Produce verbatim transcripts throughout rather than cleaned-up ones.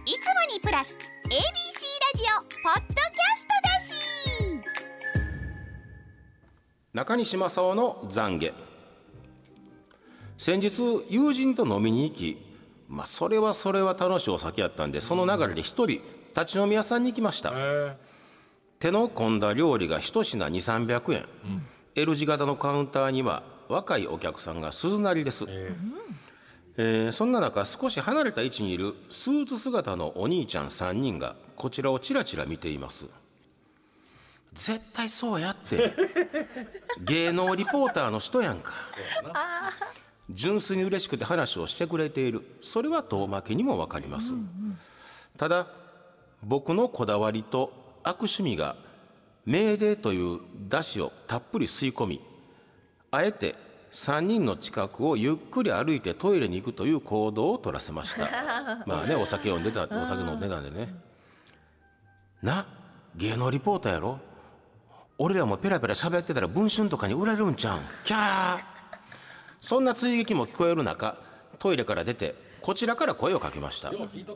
いつもにプラス エービーシー ラジオポッドキャストだし。 中西正夫の懺悔。先日友人と飲みに行き、まあそれはそれは楽しいお酒やったんで、その流れで一人立ち飲み屋さんに行きました。手の込んだ料理が一品にせんさんびゃくえん、うん、L 字型のカウンターには若いお客さんが鈴なりです、えーえー、そんな中少し離れた位置にいるスーツ姿のお兄ちゃんさんにんがこちらをチラチラ見ています。絶対そうやって芸能リポーターの人やんか。純粋に嬉しくて話をしてくれている、それは遠巻きにも分かります、うんうん、ただ僕のこだわりと悪趣味がメーデーという出汁をたっぷり吸い込み、あえてさんにんの近くをゆっくり歩いてトイレに行くという行動を取らせましたまあね、お酒飲んでた、お酒飲んでたんでね。な、芸能リポーターやろ、俺らもペラペラ喋ってたら文春とかに売られるんちゃうん、キャー。そんな追撃も聞こえる中、トイレから出てこちらから声をかけました。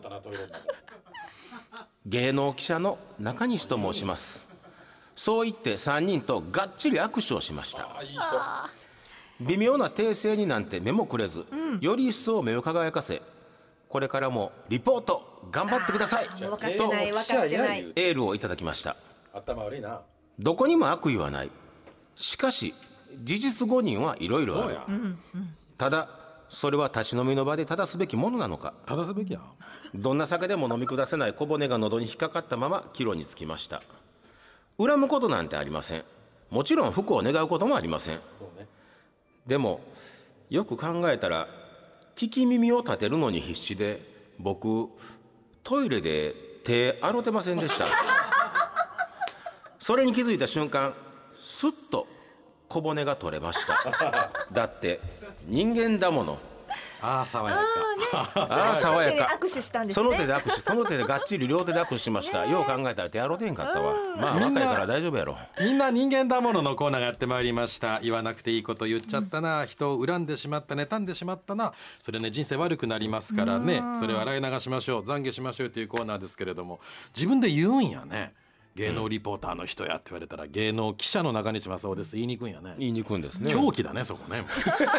芸能記者の中西と申します。そう言ってさんにんとがっちり握手をしました。いい人。微妙な訂正になんて目もくれず、うん、より一層目を輝かせ、これからもリポート頑張ってくださいとエールをいただきました。 頭悪いな。 どこにも悪意はない。しかし事実誤認はいろいろある。ただそれは立ち飲みの場で正すべきものなのか。 正すべきや。 どんな酒でも飲み下せない小骨が喉に引っかかったまま帰路につきました。恨むことなんてありません。もちろん不幸を願うこともありません。そうね。でもよく考えたら聞き耳を立てるのに必死で、僕トイレで手洗ってませんでしたそれに気づいた瞬間、スッと小骨が取れましただって人間だもの。 ああ爽やか。 ああ爽やか。 握手したんですね。 その手で握手、その手でがっちり両手で握手しました。よう考えたら手洗うてへんかったわ。まあ若いから大丈夫やろ。 みんな人間だもののコーナーがやってまいりました。言わなくていいこと言っちゃったな、うん、人を恨んでしまった、妬んでしまったな、それね人生悪くなりますからね、それを洗い流しましょう、懺悔しましょうというコーナーですけれども、自分で言うんやね。芸能リポーターの人やって言われたら、芸能記者の中西正夫です言いにくいんやね。 言いにくいんですね。 狂気だねそこね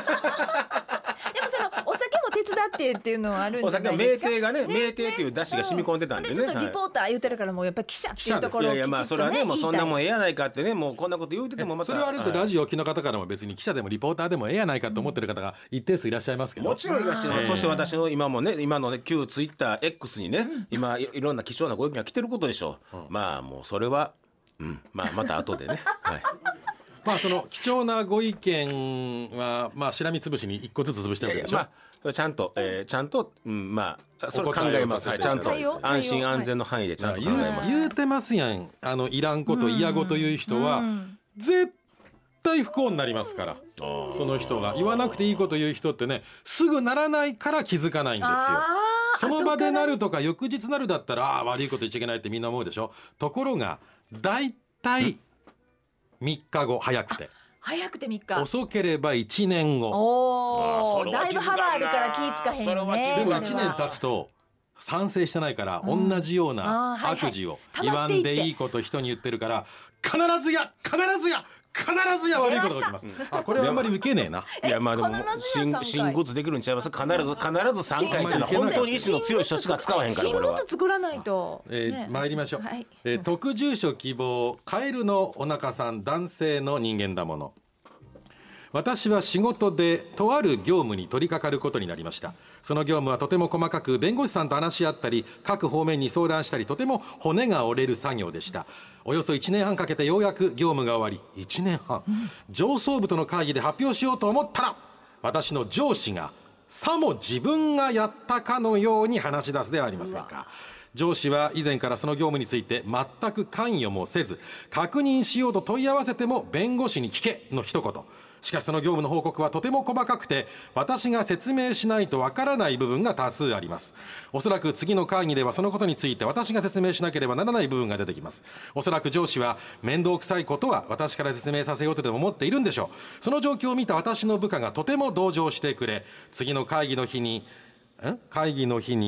手伝ってっていうのはあるんじゃないですか。 お酒は酩酊がね、酩酊っていう出汁が染み込んでたんでね。 ちょっとリポーター言ってるから、もうやっぱり記者っていうところをきちっとね。いやいや、まあそれはね、もうそんなもんええやないかってね、もうこんなこと言うててもまた。 それはあれですよ、ラジオ機の方からも別に記者でもリポーターでもええやないかと思ってる方が一定数いらっしゃいますけど。 もちろんいらっしゃいます。そして私の今もね、今のね旧ツイッター X にね、今いろんな貴重なご意見が来てることでしょう。まあもうそれは、うん、まあまた後でね。はい。 まあその貴重なご意見はまあしらみつぶしに一個ずつ潰してるわけでしょ。 ちゃんと、えー、ちゃんと、うん、まあそれ考えます。はい、ちゃんと安心安全の範囲でちゃんと考えます。 言うてますやん、あのいらんこと嫌ごと言う人は絶対不幸になりますから。その人が言わなくていいこと言う人ってね、すぐならないから気づかないんですよ。その場でなるとか翌日なるだったら、あ悪いこと言っちゃいけないってみんな思うでしょ。ところがだいたいみっかご、早くて早くてみっか、 遅ければいちねんご。 おー、だいぶ幅あるから気ぃつかへんね。 でもいちねん経つと賛成してないから、同じような悪事を言わんでいいこと人に言ってるから、必ずや必ずや必ずや悪いことが起きます。あ、これはあんまり受けねえな。 いやまあでも新新グッズできるんちゃいます。必ず必ずさんかいってのは本当に意志の強い人しか使わへんから。 新グッズ作らないと。 えー、参りましょう。はい、えー、特住所希望、カエルのお腹さん、男性の人間だもの。私は仕事でとある業務に取り掛かることになりました。その業務はとても細かく、弁護士さんと話し合ったり各方面に相談したり、とても骨が折れる作業でした。およそいちねんはんかけてようやく業務が終わり、いちねんはん、うん、上層部との会議で発表しようと思ったら、私の上司がさも自分がやったかのように話し出すではありませんか。上司は以前からその業務について全く関与もせず、確認しようと問い合わせても弁護士に聞けの一言。しかしその業務の報告はとても細かくて、私が説明しないとわからない部分が多数あります。おそらく次の会議ではそのことについて私が説明しなければならない部分が出てきます。おそらく上司は面倒くさいことは私から説明させようとでも思っているんでしょう。その状況を見た私の部下がとても同情してくれ、次の会議の日にん会議の日に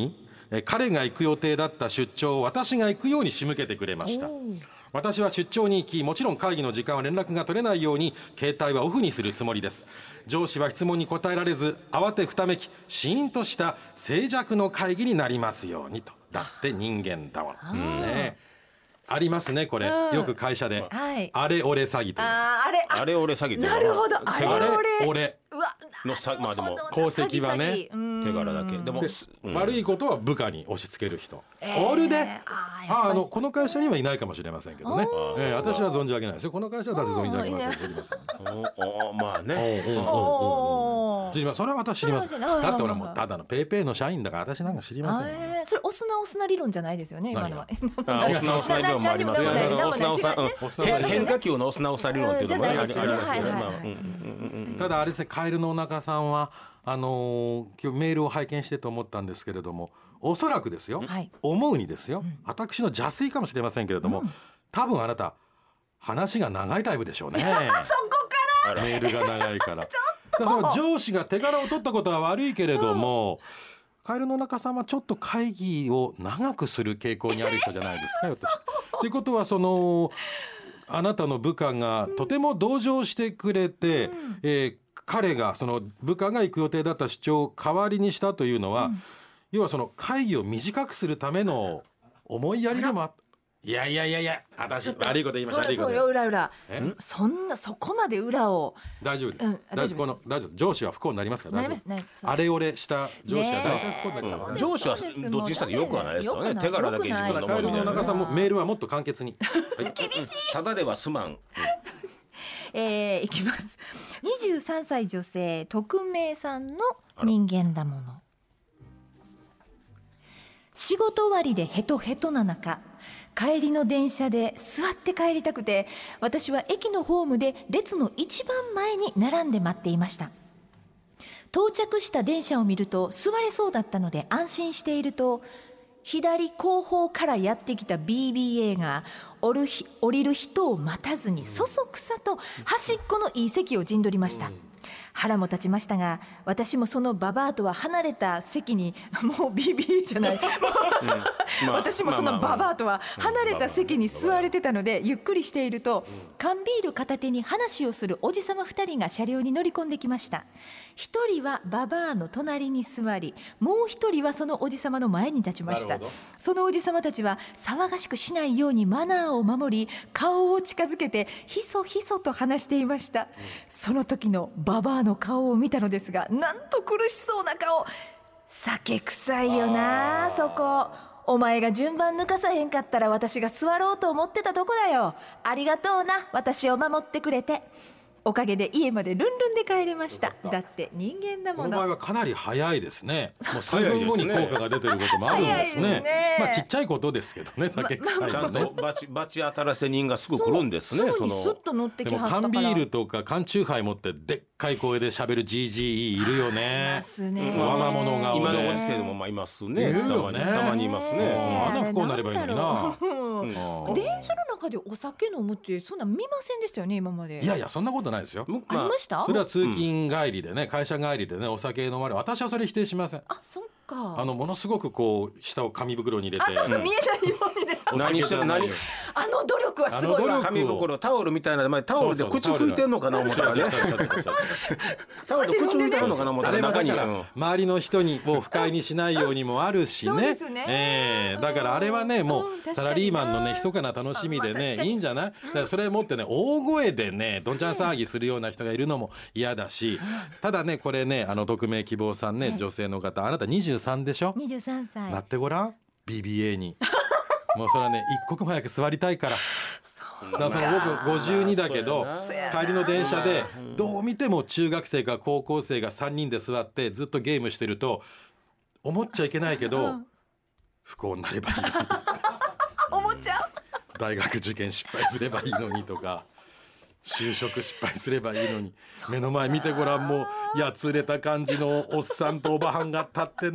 え彼が行く予定だった出張を私が行くように仕向けてくれました。私は出張に行き、もちろん会議の時間は連絡が取れないように携帯はオフにするつもりです。上司は質問に答えられず、慌てふためきシーンとした静寂の会議になりますようにと。だって人間だもんね。ありますねこれ、うん、よく会社で、はい、あれ俺詐欺と言います。 ああれあれ俺詐欺ってなるほど、あれ俺俺のさ、まあでも功績はね手柄だけでも、 うん、悪いことは部下に押し付ける人、えー、オールであああのこの会社にはいないかもしれませんけどね、えー、私は存じ上げないですよ。この会社は私存じ上げません。知りません。まあね、知りません。それは私知りません。だって俺もただのペイペイの社員だから私なんか知りません。 えー、それ押すな押すな理論じゃないですよね今のは。 押すな押すな理論もありますよね。変化球の押すな押すな理論っていうのもありますけど、 ただあれですね、カエルのお腹さんはあのー、今日メールを拝見してと思ったんですけれども、おそらくですよ、はい、思うにですよ、うん、私の邪推かもしれませんけれども、うん、多分あなた話が長いタイプでしょうね。そこからメールが長いからちょっとだから上司が手柄を取ったことは悪いけれども、うん、カエルの中さんはちょっと会議を長くする傾向にある人じゃないですかよと。ということはそのあなたの部下がとても同情してくれて、うん、えー、彼がその部下が行く予定だった出張を代わりにしたというのは、うん、要はその会議を短くするための思いやりでもあった。いやいやいやいや、私悪いこと言いました。 そうそうよ、裏裏そんなそこまで裏を大丈夫です、うん、大丈夫この大丈夫、上司は不幸になりますから大丈夫。あれ俺した上司は大体不幸になります、ね、 上司はどっちにしたってよくはないですよね。手柄だけ自分のカエルの中さんもメールはもっと簡潔に、 はい、厳しい。 ただではすまん、うん、 えー、いきます。にじゅうさんさい女性、匿名さんの人間だもの。仕事終わりでヘトヘトな中、帰りの電車で座って帰りたくて、私は駅のホームで列の一番前に並んで待っていました。到着した電車を見ると座れそうだったので安心していると、左後方からやってきた ビービーエー が降るひ降りる人を待たずにそそくさと端っこのいい席を陣取りました。腹も立ちましたが、私もそのババアとは離れた席に、もう ビービーエー じゃない、うんまあ、私もそのババアとは離れた席に座れてたので、ゆっくりしていると缶ビール片手に話をするおじさまふたりが車両に乗り込んできました。一人はババアの隣に座り、もう一人はそのおじさまの前に立ちました。そのおじさまたちは騒がしくしないようにマナーを守り、顔を近づけてひそひそと話していました。その時のババアの顔を見たのですが、なんと苦しそうな顔。酒臭いよなそこ。お前が順番抜かさへんかったら私が座ろうと思ってたとこだよ。ありがとうな、私を守ってくれて。おかげで家までルンルンで帰れました。だって人間だもの。 この場合はかなり早いですね。もう数分後に効果が出てることもあるんですね。ですね、まあちっちゃいことですけどね、酒臭いのね、ま、ちゃんとバチバチ当たらせ人がすぐ来るんですね。 そのスッと乗ってきはったから。 でも缶ビールとか缶チューハイ持ってでっかい声で喋る ジージーイー いるよね。 いますね。 我が物顔で。 今のご時世でもまあいますね。たまにたまにいますね。 あんな不幸になればいいのにな。 電車の中でお酒飲むってそんな見ませんでしたよね今まで。 いやいやそんなことないですよ。 ありました？ それは通勤帰りでね、会社帰りでねお酒飲まれ、私はそれ否定しません。 あ、そっか。 あのものすごくこう下を紙袋に入れて、 あ、そうそう、見えないようにね。 何してる何？ あの努力はすごいわ。 紙袋タオルみたいな前タオルで口拭いてんのかな思ったらね。タオルで口拭いてるのかな思ったら中に。 周りの人にもう不快にしないようにもあるしね。ええ、だからあれはねもうサラリーマンのね密かな楽しみでねいいんじゃない？だからそれ持ってね大声でねどんちゃん騒ぎするような人がいるのも嫌だし、ただねこれねあの匿名希望さんね、女性の方、あなたにじゅうさんでしょ。 にじゅうさんさい。 なってごらん ビービーエー に。もうそれはね一刻も早く座りたいから。だからその僕ごじゅうにだけど帰りの電車でどう見ても中学生か高校生がさんにんで座ってずっとゲームしてると思っちゃいけないけど不幸になればいいのに思っちゃう。 大学受験失敗すればいいのにとか就職失敗すればいいのに、目の前見てごらん、もうやつれた感じのおっさんとおばはんが立ってんのに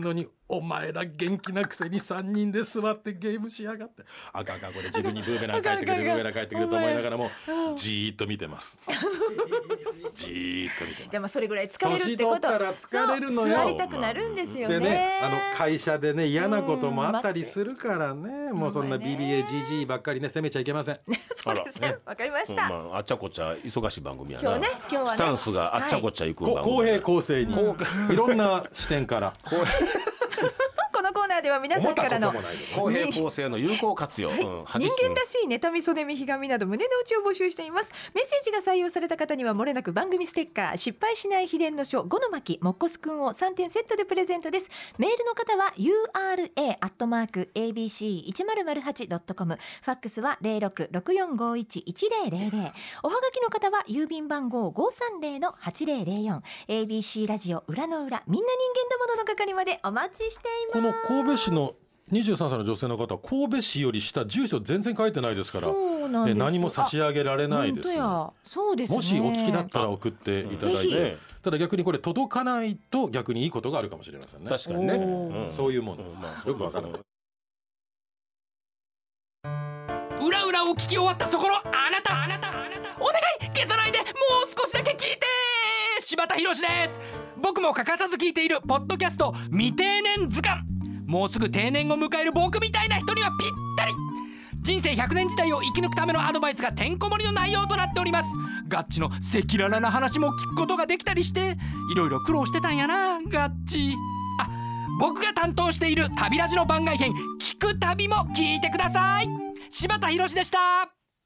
お前ら元気なくせにさんにんで座ってゲームしやがって、あかんあかん、これ自分にブーメラン返ってくるブーメラン返ってくると思いながらもじーっと見てますじーっと見てます。 でもそれぐらい疲れるってこと、 年取ったら疲れるのよ。 座りたくなるんですよね。 でね、あの会社でね嫌なこともあったりするからね、もうそんな ビービーエージージー ばっかりね責めちゃいけませんそうですね、わかりました、 まあ、あっちゃこっちゃ忙しい番組やな。 今日ね今日はねスタンスがあっちゃこっちゃ行く番組、 公平公正にいろんな視点からこのコーナーでは皆さんからの公平公正の有効活用、 はい、 うん、 人間らしい妬み袖見ひがみなど胸の内を募集しています。メッセージが採用された方にはもれなく番組ステッカー、失敗しない秘伝の書五の巻もっこすくんをさんてんセットでプレゼントです。メールの方は ユーアールエー アットマーク エービーシーいちまるまるはち ドットコム、 ファックスは ゼロろく ろくよんごいち いちゼロゼロゼロ、 おはがきの方は郵便番号 ごーさんゼロ のはちゼロゼロよん、 エービーシー ラジオ裏の裏みんな人間だものの係までお待ちしています。 この神戸市のにじゅうさんさいの女性の方は神戸市より下住所全然書いてないですから、 そうなんです、 何も差し上げられないです。 本当や、そうですね、 もしお聞きだったら送っていただいて、ただ逆にこれ届かないと逆にいいことがあるかもしれませんね。 確かにね、うん、 そういうもの、 うんまあ、 よくわからない。 裏裏を聞き終わったところ、あなたあなたお願い消さないで、もう少しだけ聞いて。柴田博です。僕も欠かさず聞いているポッドキャスト未定年図鑑、もうすぐ定年を迎える僕みたいな人にはぴったり。人生ひゃくねん時代を生き抜くためのアドバイスがてんこ盛りの内容となっております。ガッチの赤裸々な話も聞くことができたりして、いろいろ苦労してたんやなガッチ。あ、僕が担当している旅ラジの番外編聞く旅も聞いてください。柴田博でした。